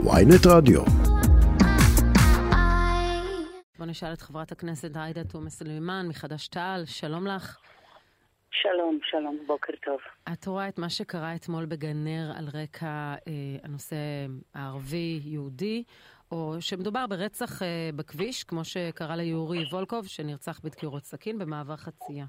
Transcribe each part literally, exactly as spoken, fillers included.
וויינט רדיו. בוא נשאל את חברת הכנסת עאידה תומא סלימאן מחד"ש תע"ל. שלום לך. שלום, שלום, בוקר טוב. את רואה את מה שקרה אתמול בגנר על רקע אה, הנושא הערבי-יהודי, או שמדובר ברצח אה, בכביש, כמו שקרה ליורי וולקוב, שנרצח בדקירות סכין במעבר חצייה?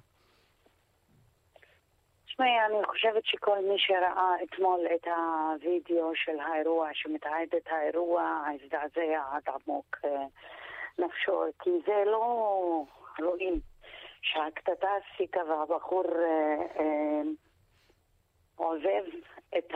תשמעי, אני חושבת שכל מי שראה אתמול את הווידאו של האירוע, שמתעד את האירוע, הזדעזע עד עמוק אה, נפשו, כי זה לא רואים. שהקטטה הסיקה והבחור אה, אה, עוזב את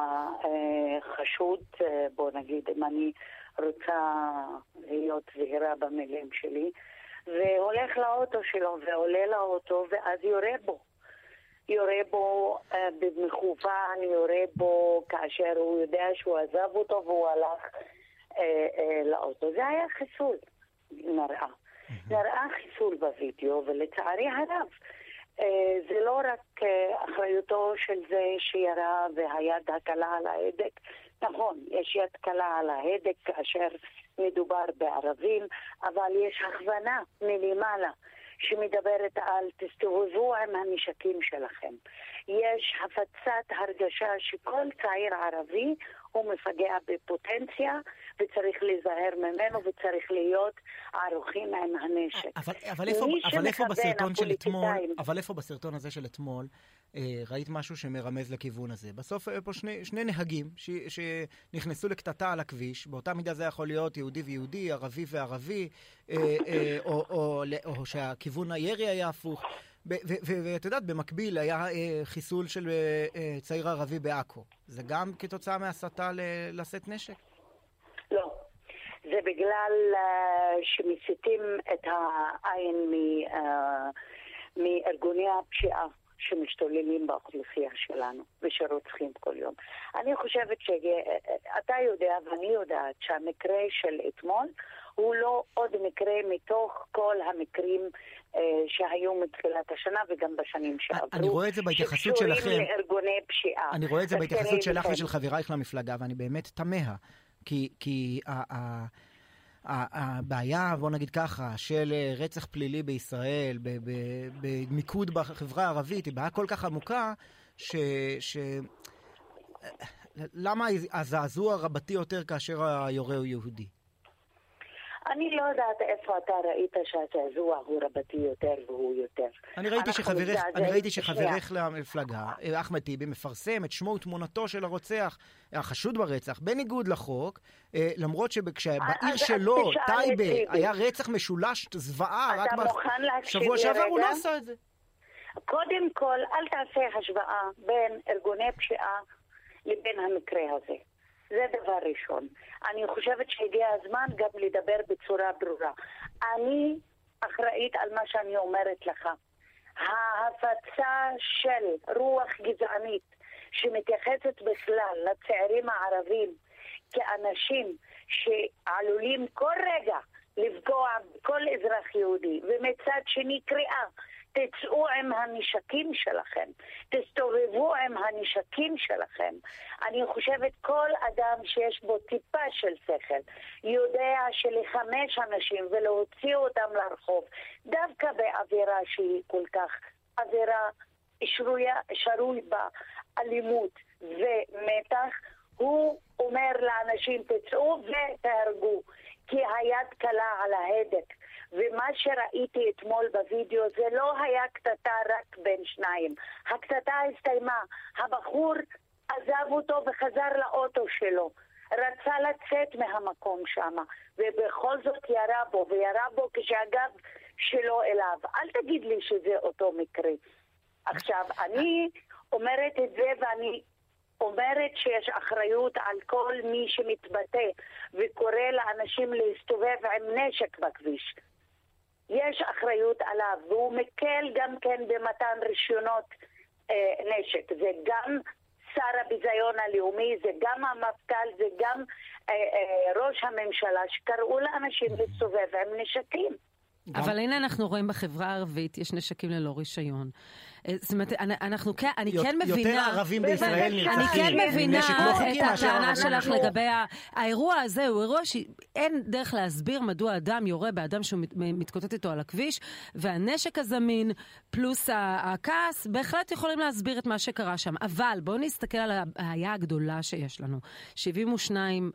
החשוד, אה, בוא נגיד, אם אני רוצה להיות זהירה במילים שלי, והולך לאוטו שלו ועולה לאוטו ואז יורה בו. יורה בו אה, במכוון, יורה בו כאשר הוא יודע שהוא עזב אותו והוא הלך אה, אה, לאוטו. זה היה חיסול, נראה. נראה חיסול בווידאו, ולצערי הרב, זה לא רק אחריותו של זה שירה והיד הקלה על ההדק. נכון, יש יד קלה על ההדק כאשר מדובר בערבים, אבל יש הכוונה מלמעלה שמדברת על תסתובבו עם הנשקים שלכם. יש הפצת הרגשה שכל צעיר ערבי הוא מפגע בפוטנציה וצריך להיזהר ממנו וצריך להיות ערוכים עם הנשק. אבל, אבל, איפה, אבל איפה בסרטון של אתמול, אבל איפה בסרטון הזה של אתמול אה, ראית משהו שמרמז לכיוון הזה? בסוף פה שני, שני נהגים ש, שנכנסו לקטטה על הכביש, באותה מידה זה יכול להיות יהודי ויהודי, ערבי וערבי, אה, אה, או, או, או, או שהכיוון הירי היה הפוך. ואת יודעת, במקביל היה חיסול של צעיר ערבי בעכו. זה גם כתוצאה מהסתה לשאת נשק? לא. זה בגלל שמסיתים את העין מארגוני הפשיעה שמשתוללים באוכלוסייה שלנו ושרוצחים כל יום. אני חושבת שאתה יודע ואני יודעת שהמקרה של אתמול הוא לא עוד מקרה מתוך כל המקרים אה, שהיו מתחילת השנה וגם בשנים שעברו. אני רואה את זה בהתייחסות שלכם. שקשורים לארגוני פשיעה. אני רואה את זה בהתייחסות שלך ושל חברייך למפלגה, ואני באמת תמה. כי, כי ה, ה, ה, הבעיה, בוא נגיד ככה, של רצח פלילי בישראל, ב, ב, במיקוד בחברה הערבית, היא בעיה כל כך עמוקה, ש... ש... למה הזעזוע רבתי יותר כאשר היורה הוא יהודי? אני לא יודעת איפה אתה ראית שהזעזוע הוא רבתי יותר והוא יותר. אני ראיתי שחברך, אני ראיתי שחברך למפלגה, אחמד טיבי, מפרסם את שמו ותמונתו של הרוצח, החשוד ברצח, בניגוד לחוק, למרות שבעיר שלו, טייבה, היה רצח משולש זוועה, רק בשבוע שעבר הוא לא עשה את זה. קודם כל, אל תעשה השוואה בין ארגוני פשיעה לבין המקרה הזה. זה דבר ראשון. אני חושבת שהגיע הזמן גם לדבר בצורה ברורה. אני אחראית על מה שאני אומרת לך. ההפצה של רוח גזענית שמתייחסת בכלל לצעירים הערבים כאנשים שעלולים כל רגע לפגוע בכל אזרח יהודי, ומצד שני קריאה תצאו עם הנשקים שלכם, תסתובבו עם הנשקים שלכם. אני חושבת כל אדם שיש בו טיפה של שכל יודע שלחמש אנשים ולהוציא אותם לרחוב דווקא באווירה שהיא כל כך אווירה שרויה, שרוי בה אלימות ומתח, הוא אומר לאנשים תצאו ותהרגו, כי היד קלה על ההדק. ומה שראיתי אתמול בווידאו זה לא היה קטטה רק בין שניים. הקטטה הסתיימה, הבחור עזב אותו וחזר לאוטו שלו, רצה לצאת מהמקום שם, ובכל זאת ירה בו, וירה בו כשהגב שלו אליו. אל תגיד לי שזה אותו מקרה. עכשיו, אני אומרת את זה ואני אומרת שיש אחריות על כל מי שמתבטא וקורא לאנשים להסתובב עם נשק בכביש. יש אחריות עליו, והוא מקל גם כן במתן רישיונות אה, נשק. זה גם שר הביזיון הלאומי, זה גם המפכ"ל, זה גם אה, אה, ראש הממשלה שקראו לאנשים להסתובב עם נשקים. אבל הנה אנחנו רואים בחברה הערבית יש נשקים ללא רישיון. זאת אומרת, אנחנו כן, אני כן מבינה... יותר ערבים בישראל נרצחים. אני כן מבינה את הטענה שלך לגבי האירוע הזה, הוא אירוע שאין דרך להסביר מדוע אדם יורה באדם שהוא מתקוטט איתו על הכביש, והנשק הזמין פלוס הכעס, בהחלט יכולים להסביר את מה שקרה שם. אבל בואו נסתכל על הבעיה הגדולה שיש לנו. שבעים ושניים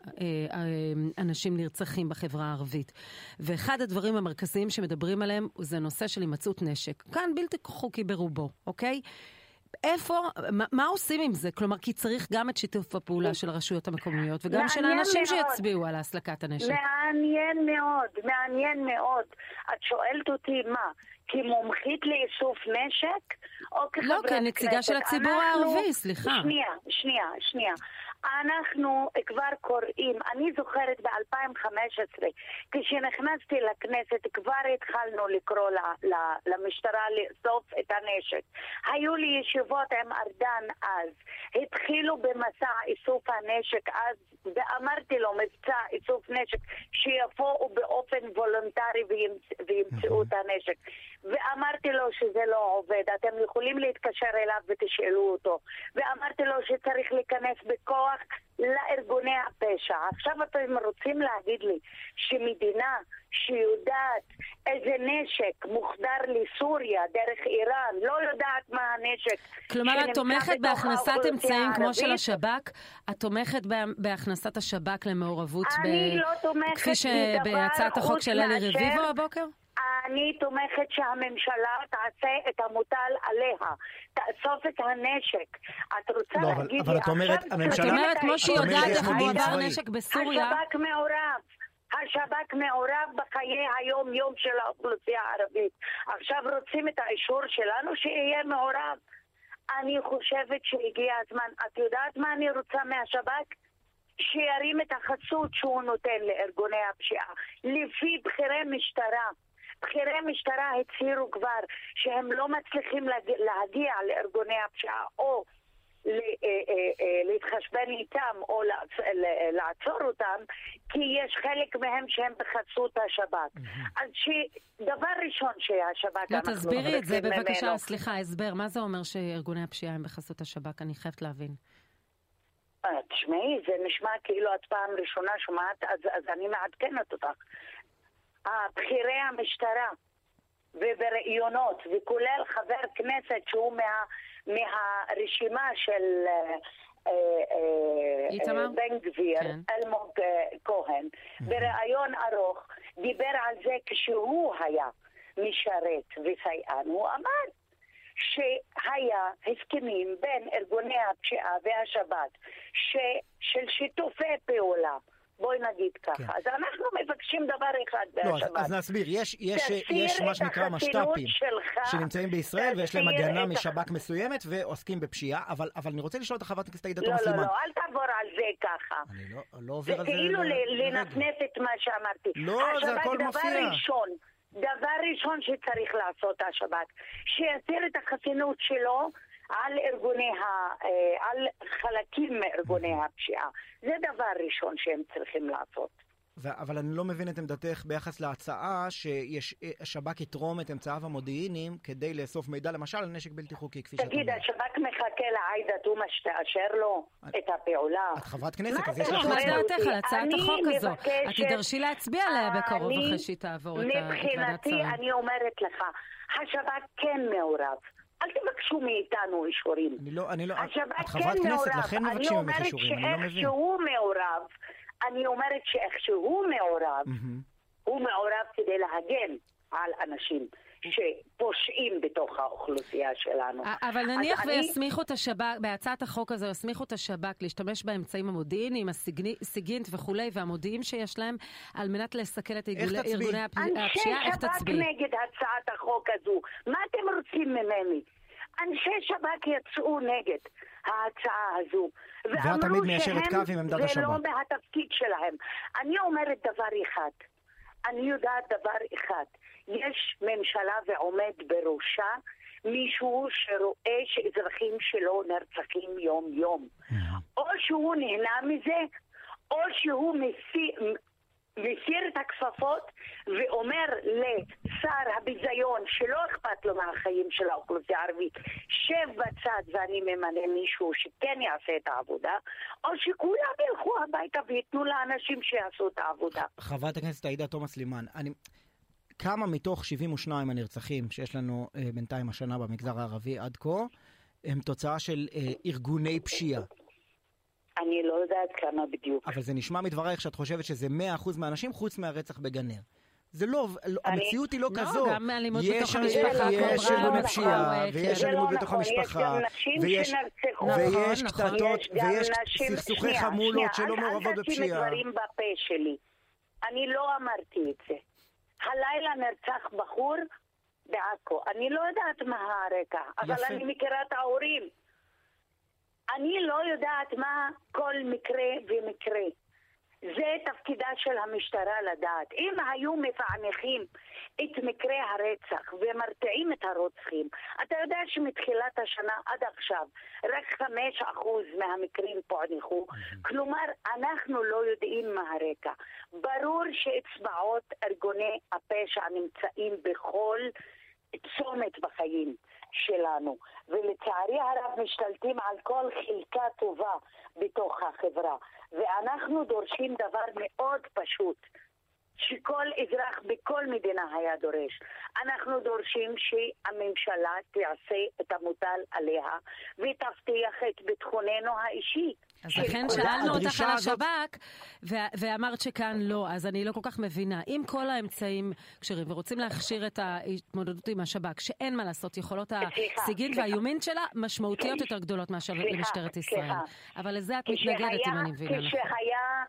אנשים נרצחים בחברה הערבית. ואחד הדברים המרכזיים שמדברים עליהם זה נושא של הימצאות נשק. כאן בלתי חוקי ברובו, אוקיי? איפה, מה, מה עושים עם זה? כלומר, כי צריך גם את שיתוף הפעולה של הרשויות המקומיות, וגם של האנשים שיצביעו על הסלקת הנשק. מעניין מאוד, מעניין מאוד. את שואלת אותי מה? כמומחית לאיסוף נשק? או כחברת כנסת? לא, כנציגה של הציבור הערבי, סליחה. שנייה, שנייה, שנייה. אנחנו כבר קוראים, אני זוכרת ב-אלפיים וחמש עשרה, כשנכנסתי לכנסת כבר התחלנו לקרוא ל- ל- למשטרה לאסוף את הנשק. היו לי ישיבות עם ארדן אז, התחילו במסע איסוף הנשק אז, ואמרתי לו מבצע איסוף נשק שיבואו באופן וולונטרי וימצ- וימצאו את הנשק. ואמרתי לו שזה לא עובד, אתם יכולים להתקשר אליו ותשאלו אותו. ואמרתי לו שצריך להיכנס בכוח לארגוני הפשע. עכשיו אתם רוצים להגיד לי שמדינה שיודעת איזה נשק מוחדר לסוריה דרך איראן, לא יודעת מה הנשק. כלומר, את תומכת בהכנסת אמצעים כמו של השב"כ? את תומכת בהכנסת השב"כ למעורבות אני לא תומכת כפי שבהצעת החוק של אלי רביבו הבוקר? אני תומכת שהממשלה תעשה את המוטל עליה, תאסוף את הנשק. את רוצה לא, להגיד אבל, אבל את אומרת, הממשלה... את אומרת, כמו שהיא יודעת איך מועבר נשק בסוריה... השב"כ מעורב. השב"כ מעורב בחיי היום-יום של האוכלוסייה הערבית. עכשיו רוצים את האישור שלנו שיהיה מעורב. אני חושבת שהגיע הזמן. את יודעת מה אני רוצה מהשב"כ? שירים את החסות שהוא נותן לארגוני הפשיעה. לפי בחירי משטרה. בחירי משטרה הצהירו כבר שהם לא מצליחים להגיע לארגוני הפשיעה או להתחשבן איתם או לעצור אותם, כי יש חלק מהם שהם בחסות השב"כ. אז דבר ראשון שהשב"כ... לא, תסבירי את זה בבקשה, סליחה, הסבר, מה זה אומר שארגוני הפשיעה הם בחסות השב"כ? אני חייבת להבין. תשמעי, זה נשמע כאילו את פעם ראשונה שומעת, אז, אז אני מעדכנת אותך. הבחירי המשטרה ובראיונות, וכולל חבר כנסת שהוא מה, מהרשימה של בן גביר, כן. אלמוג כהן, mm-hmm. בראיון ארוך, דיבר על זה כשהוא היה משרת וסייען. הוא אמר שהיה הסכמים בין ארגוני הפשיעה והשב"כ של שיתופי פעולה. בואי נגיד ככה. כן. אז אנחנו מבקשים דבר אחד בהשב"כ. לא, אז, אז נסביר. יש, יש, יש מה שנקרא משת"פים שנמצאים בישראל ויש להם הגנה משב"כ מסוימת ועוסקים בפשיעה, אבל, אבל אני רוצה לשאול את חברת הכנסת עאידה תומא סלימאן. לא, לא, לא, אל תעבור על זה ככה. אני לא, לא עובר על זה. זה כאילו לנפנף את מה שאמרתי. לא, זה הכל מופיע. דבר ראשון, דבר ראשון שצריך לעשות השב"כ, שיסיר את החסינות שלו על ארגוני ה... על חלקים מארגוני הפשיעה. זה דבר ראשון שהם צריכים לעשות. אבל אני לא מבין את עמדתך ביחס להצעה שהשב"כ יתרום את אמצעיו המודיעיניים כדי לאסוף מידע, למשל, על נשק בלתי חוקי, כפי שאת אומרת. תגיד, השב"כ מחכה לעאידה תומא שתאשר לו את הפעולה. את חברת כנסת, אז יש לך מה דעתך על הצעת החוק הזו? את תדרשי להצביע עליה בקרוב אחרי שהיא תעבור את ועדת שרים. מבחינתי, אני אומרת לך, השב"כ כן מעורב. אל תבקשו מאיתנו אישורים. אני לא, אני לא, את חברת כנסת, לכן מבקשים ממך אישורים, אני לא מבין. אני אומרת שאיך שהוא מעורב, אני אומרת שאיך שהוא מעורב, הוא מעורב כדי להגן על אנשים שפושעים בתוך האוכלוסייה שלנו. אבל נניח ויסמיכו את השב"כ, בהצעת החוק הזו יסמיכו את השב"כ להשתמש באמצעים המודיעיניים, הסיגינט וכולי, והמודיעים שיש להם, על מנת לסכל את ארגוני הפשיעה. איך תצביעי? אנשי שב"כ נגד הצעת החוק הזו. מה אתם רוצים ממני? אנשי שב"כ יצאו נגד ההצעה הזו. ואת תמיד מיישרת קו עם עמדת השב"כ. זה לא מהתפקיד שלהם. אני אומרת דבר אחד. אני יודעת דבר אחד. יש ממשלה ועומד בראשה מישהו שרואה שאזרחים שלו נרצחים יום יום. או שהוא נהנה מזה, או שהוא מסי, מסיר את הכפפות ואומר לשר הביזיון שלא אכפת לו מהחיים של האוכלוסייה הערבית, שב בצד ואני ממנה מישהו שכן יעשה את העבודה, או שכולם ילכו הביתה ויתנו לאנשים שיעשו את העבודה. חברת הכנסת עאידה תומא סלימאן, אני... כמה מתוך שבעים ושניים הנרצחים שיש לנו אה, בינתיים השנה במגזר הערבי עד כה, הם תוצאה של אה, ארגוני פשיעה? אני לא יודעת כמה בדיוק. אבל זה נשמע מדברייך שאת חושבת שזה מאה אחוז מהאנשים חוץ מהרצח בגנר. זה לא, אני... המציאות היא לא לא, כזו. גם אלימות יש, בתוך המשפחה. יש ארגוני פשיעה, ויש אלימות לא בתוך נכון. המשפחה, ויש, ויש נכון, קטטות, נכון. ויש נשים, סכסוכי שנייה, חמולות שנייה, שלא מעורבות בפשיעה. אל תשים דברים בפה שלי. אני לא אמרתי את זה. הלילה נרצח בחור בעכו. אני לא יודעת מה הרקע, אבל יפה. אני מכירה את ההורים. אני לא יודעת מה כל מקרה ומקרה. זה תפקידה של המשטרה לדעת. אם היו מפענחים את מקרה הרצח ומרתעים את הרוצחים, אתה יודע שמתחילת השנה עד עכשיו רק חמישה אחוז מהמקרים פוענחו. כלומר, אנחנו לא יודעים מה הרקע. ברור שאצבעות ארגוני הפשע נמצאים בכל צומת בחיים שלנו, ולצערי הרב משתלטים על כל חלקה טובה בתוך החברה, ואנחנו דורשים דבר מאוד פשוט שכל אזרח בכל מדינה היה דורש. אנחנו דורשים שהממשלה תעשה את המוטל עליה ותבטיח את ביטחוננו האישי. אז לכן שאלנו אותך על השב"כ, ואמרת שכאן לא, אז אני לא כל כך מבינה. אם כל האמצעים כשרים ורוצים להכשיר את ההתמודדות עם השב"כ, שאין מה לעשות, יכולות הסיגין והאיומין שלה משמעותיות יותר גדולות מאשר למשטרת ישראל. אבל לזה את מתנגדת, אם אני מבינה נכון. כשהיה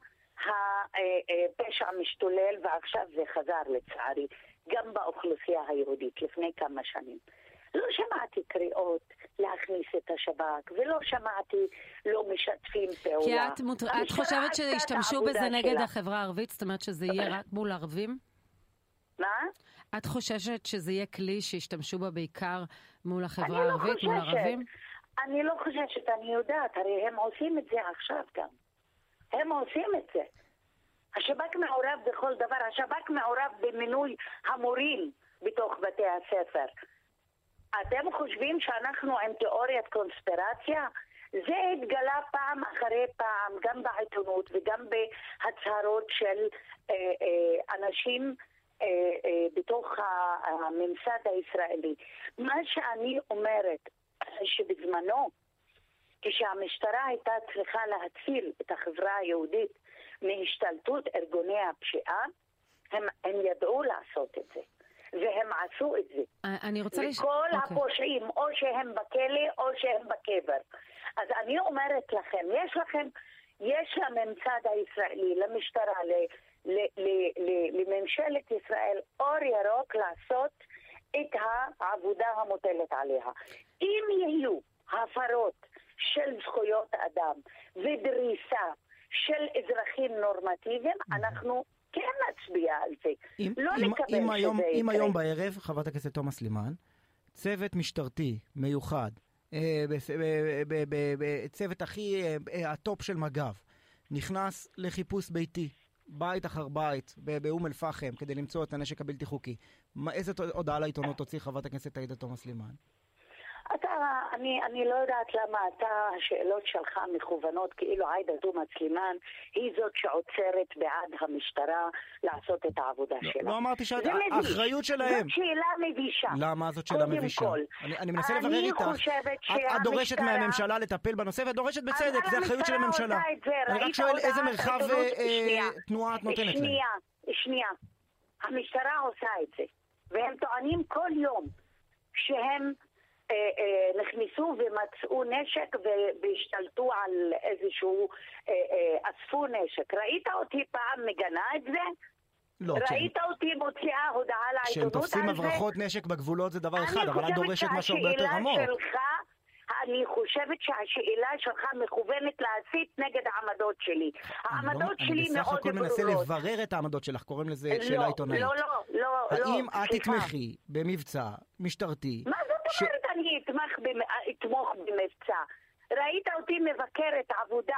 הפשע משתולל, ועכשיו זה חזר לצערי, גם באוכלוסייה היהודית לפני כמה שנים. לא שמעתי קריאות להכניס את השב"כ, ולא שמעתי לא משתפים פעולה. כי את, מות... את חושבת שישתמשו בזה נגד שלה. החברה הערבית? זאת אומרת שזה יהיה רק מול ערבים? מה? את חוששת שזה יהיה כלי שישתמשו בה בעיקר מול החברה הערבית, לא מול ערבים? אני לא חוששת, אני יודעת, הרי הם עושים את זה עכשיו גם. הם עושים את זה. השב"כ מעורב בכל דבר, השב"כ מעורב במינוי המורים בתוך בתי הספר. אתם חושבים שאנחנו עם תיאוריית קונספירציה? זה התגלה פעם אחרי פעם, גם בעיתונות וגם בהצהרות של אה, אה, אנשים אה, אה, בתוך הממסד הישראלי. מה שאני אומרת, שבזמנו, כשהמשטרה הייתה צריכה להציל את החברה היהודית מהשתלטות ארגוני הפשיעה, הם, הם ידעו לעשות את זה. והם עשו את זה. אני רוצה וכל לש... הפושעים, okay. או שהם בכלא או שהם בקבר. אז אני אומרת לכם, יש לכם, יש לממסד הישראלי, למשטרה, ל, ל, ל, ל, לממשלת ישראל, אור ירוק לעשות את העבודה המוטלת עליה. אם יהיו הפרות של זכויות אדם ודריסה של אזרחים נורמטיביים, אנחנו כן נצביע על זה. אם, לא אם, נקבל אם שזה היום, יקרה. אם היום בערב, חברת הכנסת תומא סלימאן, צוות משטרתי מיוחד, צוות הכי הטופ של מג"ב, נכנס לחיפוש ביתי, בית אחר בית, באום אל פחם, כדי למצוא את הנשק הבלתי חוקי. איזה הודעה לעיתונות תוציא חברת הכנסת עאידה תומא סלימאן? אתה, אני, אני לא יודעת למה אתה, השאלות שלך מכוונות כאילו עאידה תומא סלימאן היא זאת שעוצרת בעד המשטרה לעשות את העבודה לא, שלה. לא אמרתי שהאחריות שלהם. זאת שאלה מבישה. למה זאת שאלה מבישה? אני, אני מנסה לברר איתך. את דורשת מהממשלה לטפל בנושא ואת דורשת בצדק, זה האחריות של הממשלה. אני רק שואל איזה מרחב תנועה את נותנת להם. שנייה, שנייה. המשטרה עושה את זה. והם טוענים כל יום שהם נכנסו ומצאו נשק והשתלטו על איזשהו, אספו נשק. ראית אותי פעם מגנה את זה? לא, ראית אותי מוציאה הודעה לעיתונות על זה? כשהם תופסים הברחות נשק בגבולות זה דבר אחד, אבל את דורשת משהו הרבה יותר עמוק. אני חושבת שהשאלה שלך מכוונת להסית נגד העמדות שלי. העמדות שלי מאוד ברורות. אני בסך הכל מנסה לברר את העמדות שלך, קוראים לזה שאלה עיתונאית. לא, לא, לא. האם את תתמכי במבצע משטרתי? מה זאת אומרת אני אתמוך במבצע? ראית אותי מבקרת עבודה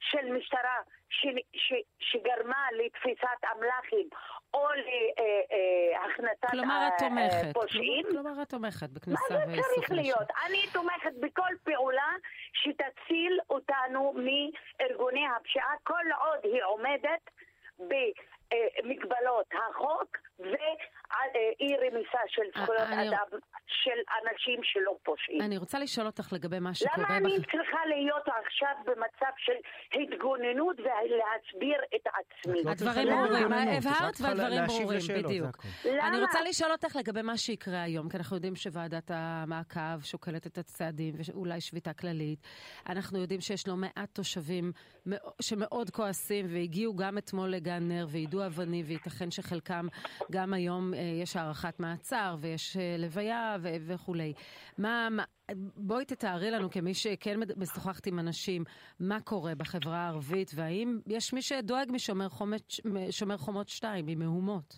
של משטרה ש, ש, שגרמה לתפיסת אמל"חים או להכנסת כלומר, uh, פושעים. כלומר, את תומכת בכניסה ואיסוף נשק. מה זה צריך להיות? אני תומכת בכל פעולה שתציל אותנו מארגוני הפשיעה, כל עוד היא עומדת במגבלות החוק ואי רמיסה של זכויות אדם של אנשים שלא פושעים. אני רוצה לשאול אותך לגבי מה שקורה... למה אני צריכה להיות עכשיו במצב של התגוננות ולהסביר את עצמי? הדברים ברורים, הבהרת והדברים ברורים, בדיוק. אני רוצה לשאול אותך לגבי מה שיקרה היום, כי אנחנו יודעים שוועדת המעקב שוקלת את הצעדים ואולי שביתה כללית. אנחנו יודעים שיש לו מעט תושבים שמאוד כועסים והגיעו גם אתמול לגן נר וידעו אבני, וייתכן שחלקם גם היום יש הערכת מעצר ויש לוויה וכו'. מה, בואי תתארי לנו כמי שכן משוחחת עם אנשים, מה קורה בחברה הערבית, והאם יש מי שדואג משומר חומות, שומר חומות שתיים, ממהומות?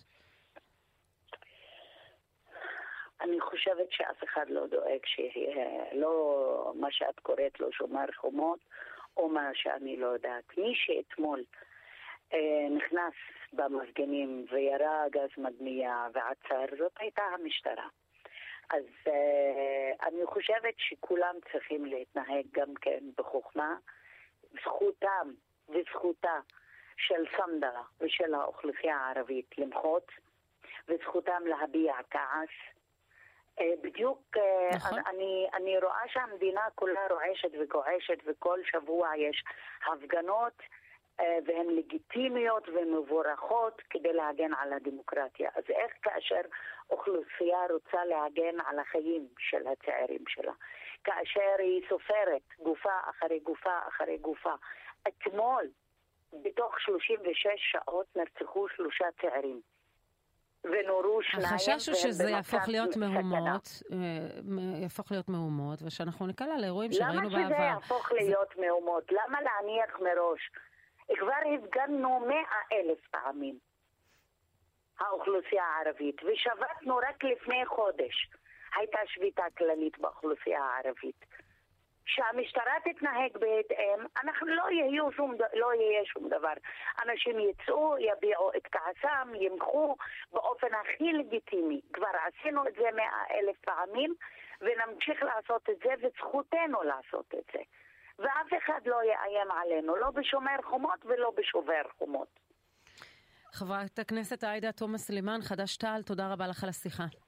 אני חושבת שאף אחד לא דואג שיהיה לא מה שאת קוראת לו שומר חומות, או מה שאני לא יודעת. מי שאתמול אה, נכנס במפגינים וירה גז מדמיע ועצר, זאת הייתה המשטרה. אז uh, אני חושבת שכולם צריכים להתנהג גם כן בחוכמה. זכותם וזכותה של סמדרה ושל האוכלוסייה הערבית למחות, וזכותם להביע כעס. Uh, בדיוק uh, נכון. אני, אני רואה שהמדינה כולה רועשת וגועשת, וכל שבוע יש הפגנות, והן לגיטימיות ומבורכות כדי להגן על הדמוקרטיה. אז איך כאשר אוכלוסייה רוצה להגן על החיים של הצעירים שלה, כאשר היא סופרת גופה אחרי גופה אחרי גופה? אתמול בתוך שלושים ושש שעות נרצחו שלושה צעירים ונורו שניים. החשש הוא שזה יהפוך להיות מהומות, יהפוך להיות מהומות, ושאנחנו נקלה לאירועים שראינו בעבר. למה שזה יהפוך להיות מהומות? למה להניח מראש? כבר הפגנו מאה אלף פעמים האוכלוסייה הערבית, ושבתנו רק לפני חודש. הייתה שביתה כללית באוכלוסייה הערבית. שהמשטרה תתנהג בהתאם, אנחנו לא יהיה שום, לא יהיה שום דבר. אנשים יצאו, יביעו את כעסם, ימחו באופן הכי לגיטימי. כבר עשינו את זה מאה אלף פעמים, ונמשיך לעשות את זה, וזכותנו לעשות את זה. ואף אחד לא יאיים עלינו, לא בשומר חומות ולא בשובר חומות. חברת הכנסת עאידה תומא סלימאן, חד"ש-תע"ל, תודה רבה לך על השיחה.